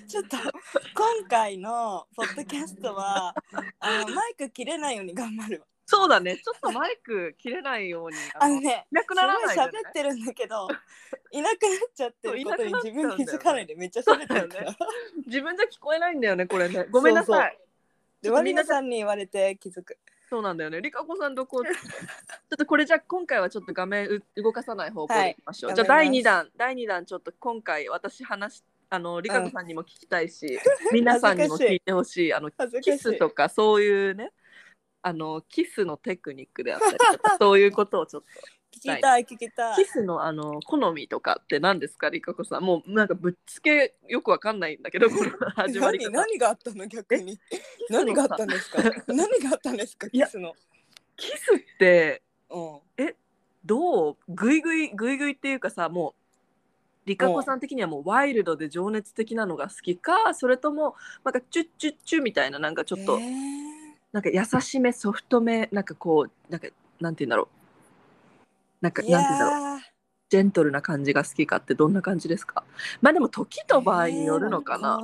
ちょっと今回のポッドキャストはマイク切れないように頑張るわ。 そうだね、ちょっとマイク切れないようにね、 いなくならないすごい喋ってるんだけどいなくなっちゃってることに自分気づかないでめっちゃ喋ってるから、 ね、自分じゃ聞こえないんだよねこれね。ごめんなさい。 でワリナさんに言われて気づく。 そうなんだよね。リカコさんどこちょっとこれじゃ今回はちょっと画面動かさない方向でいきましょう、じゃあ第2弾ちょっと今回私リカコさんにも聞きたいし皆さんにも聞いてほしいキスとかそういうねキスのテクニックであったりとかそういうことをちょっと聞きたい。キスの好みとかって何ですかリカコさん。もうなんかぶっつけよくわかんないんだけどこの始まり方何があったの逆に何があったんですか何があったんですかキスって、どうグイグイっていうかさ、もうリカコさん的にはもうワイルドで情熱的なのが好きか、それともなんかチュッチュッチュみたいななんかちょっと、なんか優しめソフトめなんかこうなんかなんて言うんだろうなんて言うんだろうジェントルな感じが好きかってどんな感じですか。まあでも時と場合によるのかな。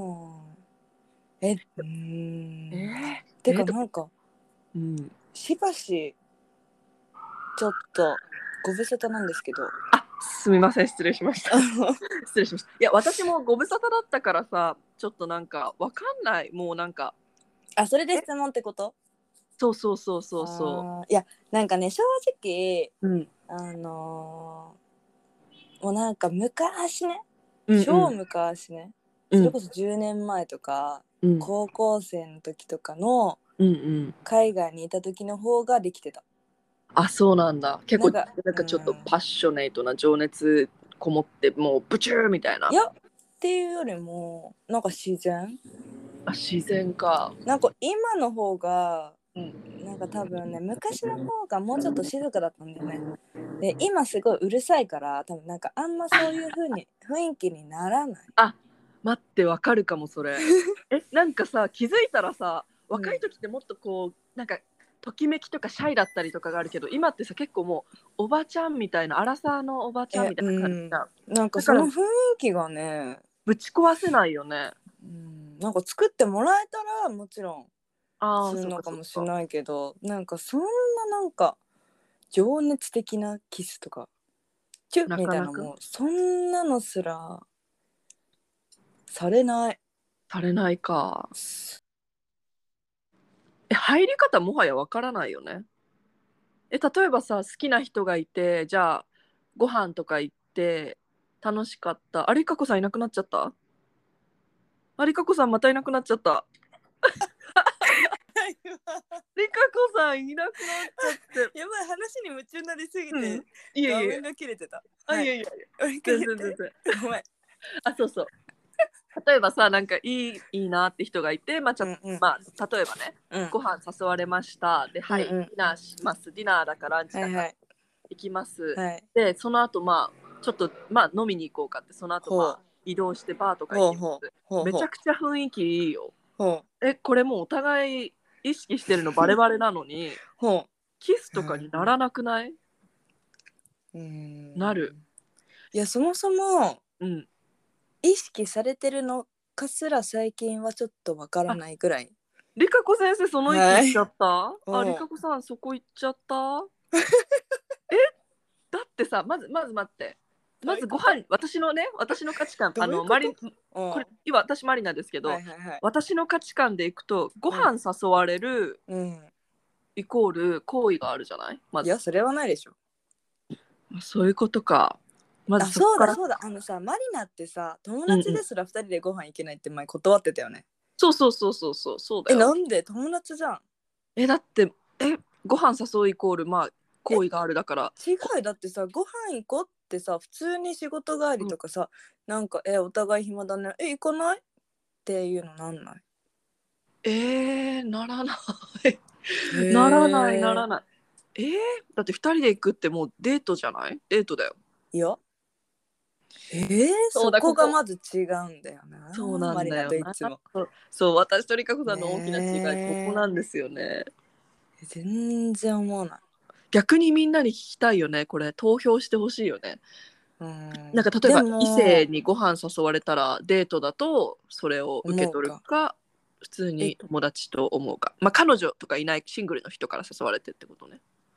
てかなんか、しばしちょっとご無沙汰なんですけど。 すみません失礼しました失礼しました。いや私もご無沙汰だったからさちょっとなんかわかんない。もうなんかそれで質問ってこと？ そういやなんかね正直、もうなんか昔ね、超昔ね、それこそ10年前とか、高校生の時とかの、海外にいた時の方ができてた。 そうなんだ。結構なんかちょっとパッショネイトな情熱こもってもうブチューみたいな。 いやっていうよりもなんか自然か。 なんか今の方が、なんか多分ね昔の方がもうちょっと静かだったんだよね。で今すごいうるさいから多分なんかあんまそういう風に雰囲気にならない。 待ってわかるかもそれなんかさ気づいたらさ若い時ってもっとこうなんかときめきとかシャイだったりとかがあるけど今ってさ結構もうおばちゃんみたいなアラサーのおばちゃんみたいな感じだ、 なんかその雰囲気がねぶち壊せないよね。 なんか作ってもらえたらもちろんするのかもしれないけど、なんかそんななんか情熱的なキスとかチュッみたいなもうそんなのすらされないか。入り方もはやわからないよね。例えばさ好きな人がいてじゃあご飯とか行って楽しかった。リカコさんいなくなっちゃった。リカコさんまたいなくなっちゃったリカコさんいなくなっちゃってやばい話に夢中になりすぎて、 画面が切れてた。 いや全然ごめんそう例えばさなんかいいなって人がいて例えばね、ご飯誘われましたで、ディナーします。ディナーだからランチだから行きます、でその後ちょっと飲みに行こうかってその後移動してバーとか行きます。めちゃくちゃ雰囲気いいよ。これもうお互い意識してるのバレバレなのにキスとかにならなくない？なる。 いやそもそも、意識されてるのかすら最近はちょっとわからないぐらい。 リカコ先生その域行っちゃった？リカコさんそこ行っちゃっただってさまず待ってまずご飯私の価値観これ今私マリナですけど、私の価値観でいくとご飯誘われる、イコール行為があるじゃない？ いやそれはないでしょ。 そういうことか。まずそうださマリナってさ友達ですら2人でご飯行けないって前断ってたよね。 そうだよ。 なんで友達じゃん。 だってご飯誘うイコール行為があるだから。 違うだってさご飯行こうってさ普通に仕事帰りとかさ、なんかお互い暇だね行かないっていうのなんない？ ならないならないだって2人で行くってもうデートじゃない？デートだよ。 いやそこがまず違うんだよな。 そうなんだよな。マリナといつもそう私とリカコさんの大きな違いここなんですよね。 全然思わない。 逆にみんなに聞きたいよね。これ投票してほしいよね。 なんか例えば異性にご飯誘われたらデートだとそれを受け取るか普通に友達と思うか、まあ彼女とかいないシングルの人から誘われてってことね。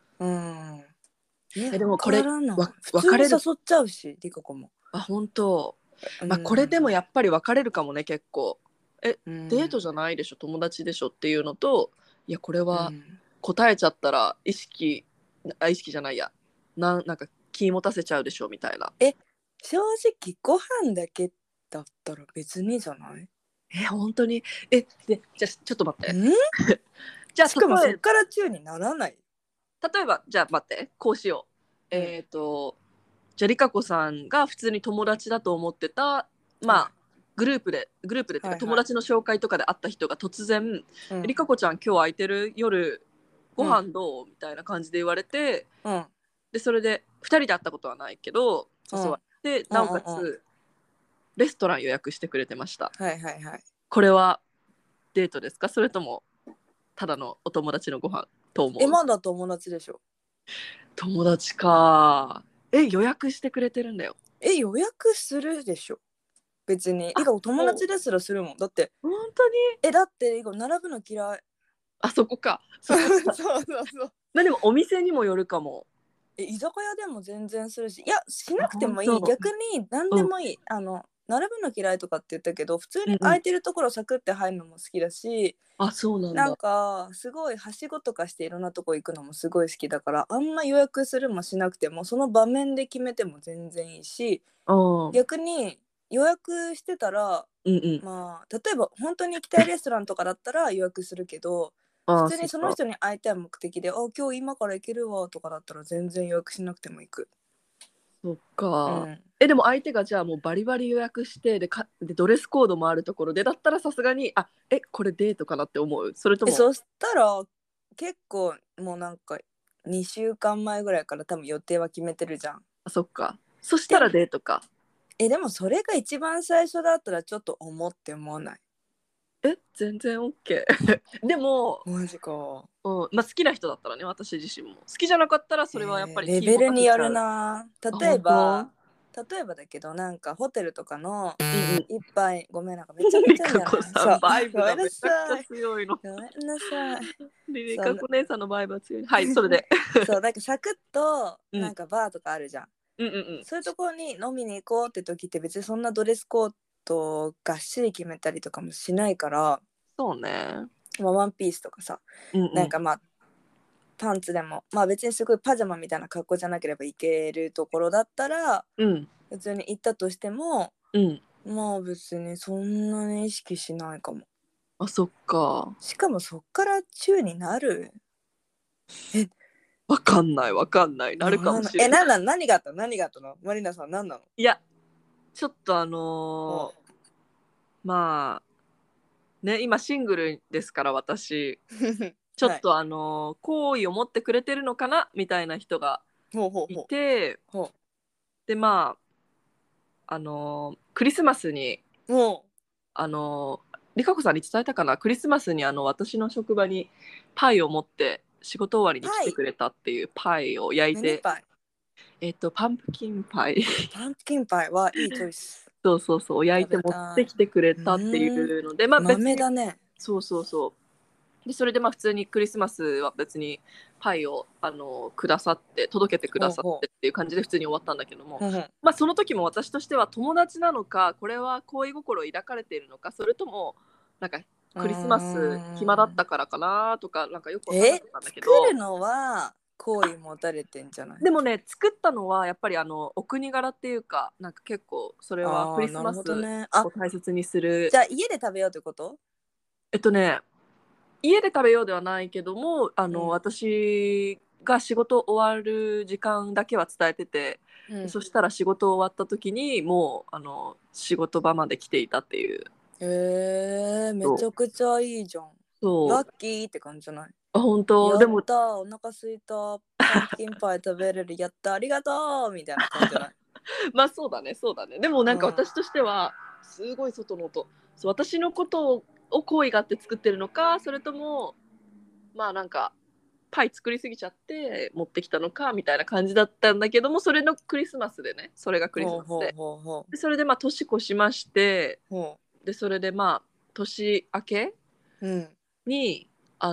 でもこれ普通に誘っちゃうしリカ子も。 あ、本当。まあこれでもやっぱり分かれるかもね結構。デートじゃないでしょ友達でしょっていうのと、いやこれは答えちゃったら意識じゃないやなんか気持たせちゃうでしょみたいな。 正直ご飯だけだったら別にじゃない？ 本当にでじゃあちょっと待ってじゃあしかもそっから中にならない。 例えばじゃあ待ってこうしよう、じゃあリカ子さんが普通に友達だと思ってたまあ、グループでってか、友達の紹介とかで会った人が突然、リカ子ちゃん今日空いてる夜ご飯どう、みたいな感じで言われて、でそれで2人で会ったことはないけど誘われて、なおかつ、レストラン予約してくれてました。これはデートですかそれともただのお友達のご飯と思う？ まだ友達でしょ。 友達か。予約してくれてるんだよ。 予約するでしょ別に。お友達ですらするもん。だって本当にだって並ぶの嫌い。 あそこか。そうまあでもお店にもよるかも。 居酒屋でも全然するし、いやしなくてもいい。逆に何でもいい、並ぶの嫌いとかって言ったけど普通に空いてるところサクって入るのも好きだし、 そうなんだ。 なんかすごいはしごとかしていろんなとこ行くのもすごい好きだから、あんま予約するもしなくてもその場面で決めても全然いいし、逆に予約してたら、まあ例えば本当に行きたいレストランとかだったら予約するけど普通にその人に会いたい目的で今日今から行けるわとかだったら全然予約しなくても行く。 そっか、でも相手がじゃあもうバリバリ予約してでドレスコードもあるところでだったらさすがにこれデートかなって思う？それともそしたら結構もうなんか2週間前ぐらいから多分予定は決めてるじゃん。 そっか。そしたらデートか。 でもそれが一番最初だったらちょっと思わない？ 全然 OK でもマジか。 まあ好きな人だったらね私自身も。好きじゃなかったらそれはやっぱりレベルによるな。例えばだけどなんかホテルとかの一杯、ごめんなんかめちゃめちゃじゃない？ そうバイブがめちゃくちゃ強いの。 ごめんなさい。 リカ子姉さんのバイブは強い。はいそれでそうなんかサクッとなんかバーとかあるじゃん。そういうところに飲みに行こうって時って別にそんなドレスコードがっしり決めたりとかもしないから。 そうね。 ワンピースとかさ、なんかまあパンツでもまあ別にすごいパジャマみたいな格好じゃなければ行けるところだったら、普通に行ったとしても、まあ別にそんなに意識しないかも。 そっか。 しかもそっから中になる？ わかんないなるかもしれない。 何があったのマリナさん？何なの？ いやちょっとまあね今シングルですから私ちょっと好意を持ってくれてるのかなみたいな人がいて、でまあクリスマスにリカ子さんに伝えたかな、クリスマスに私の職場にパイを持って仕事終わりに来てくれたっていうパイを焼いて、パンプキンパイパンプキンパイはいいチョイスそう焼いて持ってきてくれたっていうので、まあ別に豆だね。 でそれでまあ普通にクリスマスは別にパイをくださって届けてくださってっていう感じで普通に終わったんだけども、まあその時も私としては友達なのかこれは恋心を抱かれているのかそれともなんかクリスマス暇だったからかなとかなんかよく分からなかったんだけど、 作るのは好意持たれてんじゃない？ でもね作ったのはやっぱりお国柄っていうかなんか結構それはクリスマスを大切にする。 じゃあ家で食べようってこと？ 家で食べようではないけども私が仕事終わる時間だけは伝えてて、そしたら仕事終わった時にもう仕事場まで来ていたっていう。 めちゃくちゃいいじゃん。ラッキーって感じじゃない？ 本当？ やったお腹すいたパンプキンパイ食べれるやったありがとうみたいな感じじゃない？ まあそうだねでもなんか私としてはすごい外の音、私のことを好意があって作ってるのかそれともまあなんかパイ作りすぎちゃって持ってきたのかみたいな感じだったんだけども、それのクリスマスでね、それがクリスマスで、それでまあ年越しまして、でそれでまあ年明けに、あ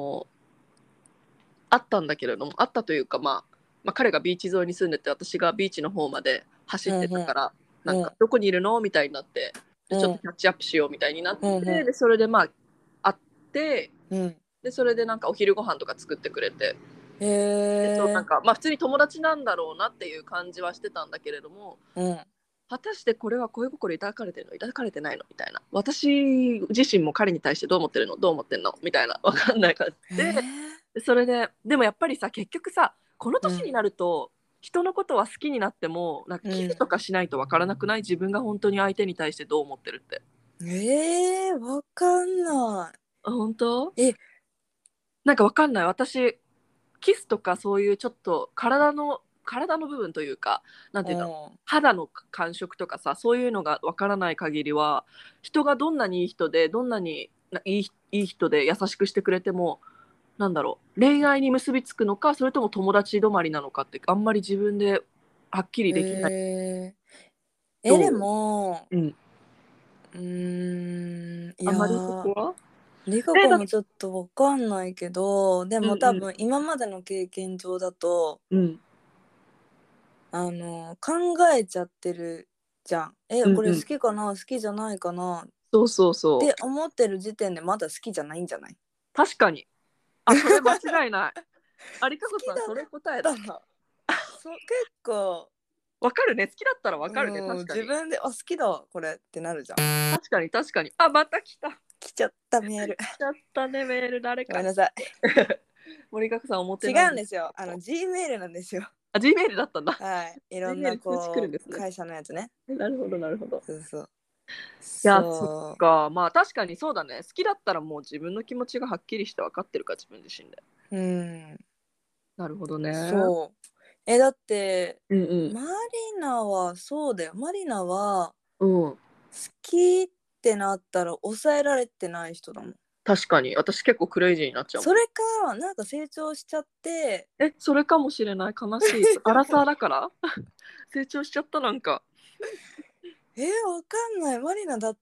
ったんだけれども、あったというか、まあ彼がビーチ沿いに住んでて、私がビーチの方まで走ってたから、なんかどこにいるのみたいになって、でちょっとキャッチアップしようみたいになって、でそれでまあ会って、でそれでなんかお昼ご飯とか作ってくれて、でそうなんかまあ普通に友達なんだろうなっていう感じはしてたんだけれども、果たしてこれは恋心抱かれてるの抱かれてないのみたいな、私自身も彼に対してどう思ってるのどう思ってんのみたいな、分かんない感じで、それででもやっぱりさ、結局さこの年になると、人のことは好きになってもなんかキスとかしないと分からなくない？自分が本当に相手に対してどう思ってるって。 分かんない。 本当？なんか分かんない。私キスとかそういうちょっと体の部分というか、なんていうの、肌の感触とかさ、そういうのが分からない限りは、人がどんなにいい人でどんなにいい人で優しくしてくれても、なんだろう、恋愛に結びつくのか、それとも友達止まりなのかってあんまり自分ではっきりできない。 でも、 いやあんまりそこはリカ子もちょっと分かんないけど、でも多分今までの経験上だと、考えちゃってるじゃん。これ好きかな、好きじゃないかなって思ってる時点でまだ好きじゃないんじゃない？ 確かに。それ間違いない。リカ子さんそれ答えだ。結構わかるね。好きだったらわかるね。確かに。 自分で好きだわこれってなるじゃん。 確かに確かに。また来ちゃったメール。 来ちゃったね、メール。誰か。 ごめんなさい。 森角さん表違うんですよ。G メールなんですよ。 G メールだったんだ。 はい。いろんな会社のやつね。 なるほどなるほど。 そう。 いや、そっか。まあ確かにそうだね。好きだったらもう自分の気持ちがはっきりして分かってるか、自分自身で。なるほどね。 そう。だって、マリナはそうだよ。マリナは、好きってなったら抑えられてない人だもん。 確かに。私結構クレイジーになっちゃうもん。 それか、なんか成長しちゃって。 それかもしれない。悲しい。アラサーだから成長しちゃったなんか。 わかんない。マリナだって、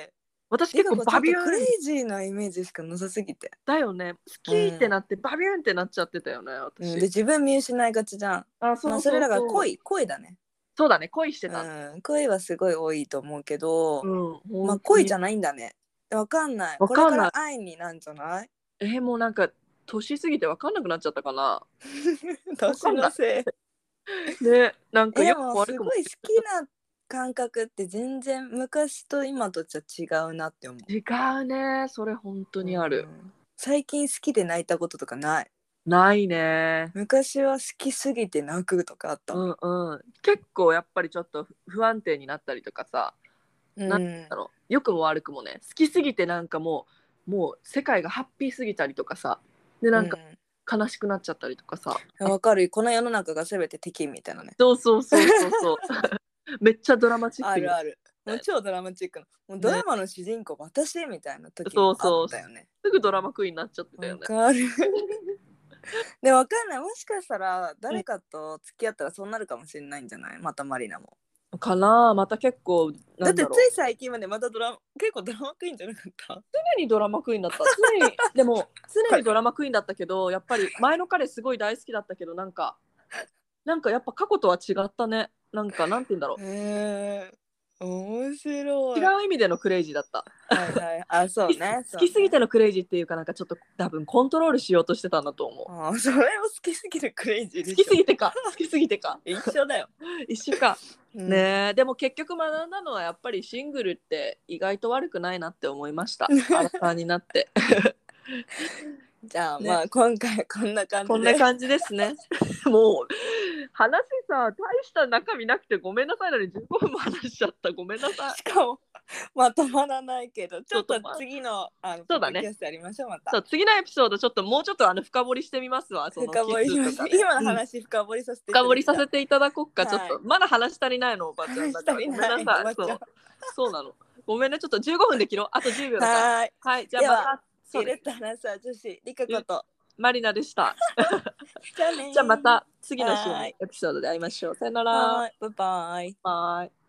私結構バビューンクレイジーなイメージしかなさすぎて。 だよね。好きってなって、バビューンってなっちゃってたよね、私。 で、自分見失いがちじゃん。それだから恋だね。 そうだね、恋してた。 恋はすごい多いと思うけど、恋じゃないんだね。わかんない。これから愛になんじゃない？ もうなんか年過ぎてわかんなくなっちゃったかな。 年のせい。ね、なんかでもすごい好きな感覚って全然昔と今とじゃ違うなって思う。 違うね、それ本当にある。 最近好きで泣いたこととかない？ ないね。 昔は好きすぎて泣くとかあった。 結構やっぱりちょっと不安定になったりとかさ、なんだろう、良くも悪くもね、好きすぎてなんかもう世界がハッピーすぎたりとかさ、でなんか悲しくなっちゃったりとかさ。 わかる。この世の中が全て敵みたいなね。 そうめっちゃドラマチック。 ある。もう超ドラマチックな。もうドラマの主人公、私みたいな時もあったよね。 すぐドラマクイーンになっちゃってたよね。 わかる。でわかんない。もしかしたら誰かと付き合ったらそうなるかもしれないんじゃない？またマリナも。 かな。また結構だってつい最近までまた結構ドラマクイーンじゃなかった？ 常にドラマクイーンだった。でも常にドラマクイーンだったけど、やっぱり前の彼すごい大好きだったけど、なんかやっぱ過去とは違ったね。なんて言うんだろう。 面白い。 違う意味でのクレイジーだった。 そうね。 好きすぎてのクレイジーっていうか、なんかちょっと多分コントロールしようとしてたんだと思う。それも好きすぎるクレイジーでしょ。 好きすぎてか。好きすぎてか。 一緒だよ。 一緒か。ねえ、でも結局学んだのはやっぱりシングルって意外と悪くないなって思いました。アラサーになって。 じゃあまあ今回こんな感じで。 こんな感じですね。もう話さ、大した中身なくてごめんなさいのに15分も話しちゃった。ごめんなさい。 しかもまとまらないけど、ちょっと次のそうだね。 キャストやりましょう。また。 次のエピソードちょっともうちょっと深掘りしてみますわ。 深掘りします。今の話深掘りさせて。 深掘りさせていただこうか。ちょっとまだ話足りないのおばちゃんだから。ごめんなさい。そうなの。ごめんね。ちょっと15分で切ろう。あと10秒だから。はい。じゃあまた。 ゆるっと話す女子リカ子とマリナでした。 じゃあね。 じゃあまた次の週のエピソードで会いましょう。さよなら。 バイバイ。 バイ。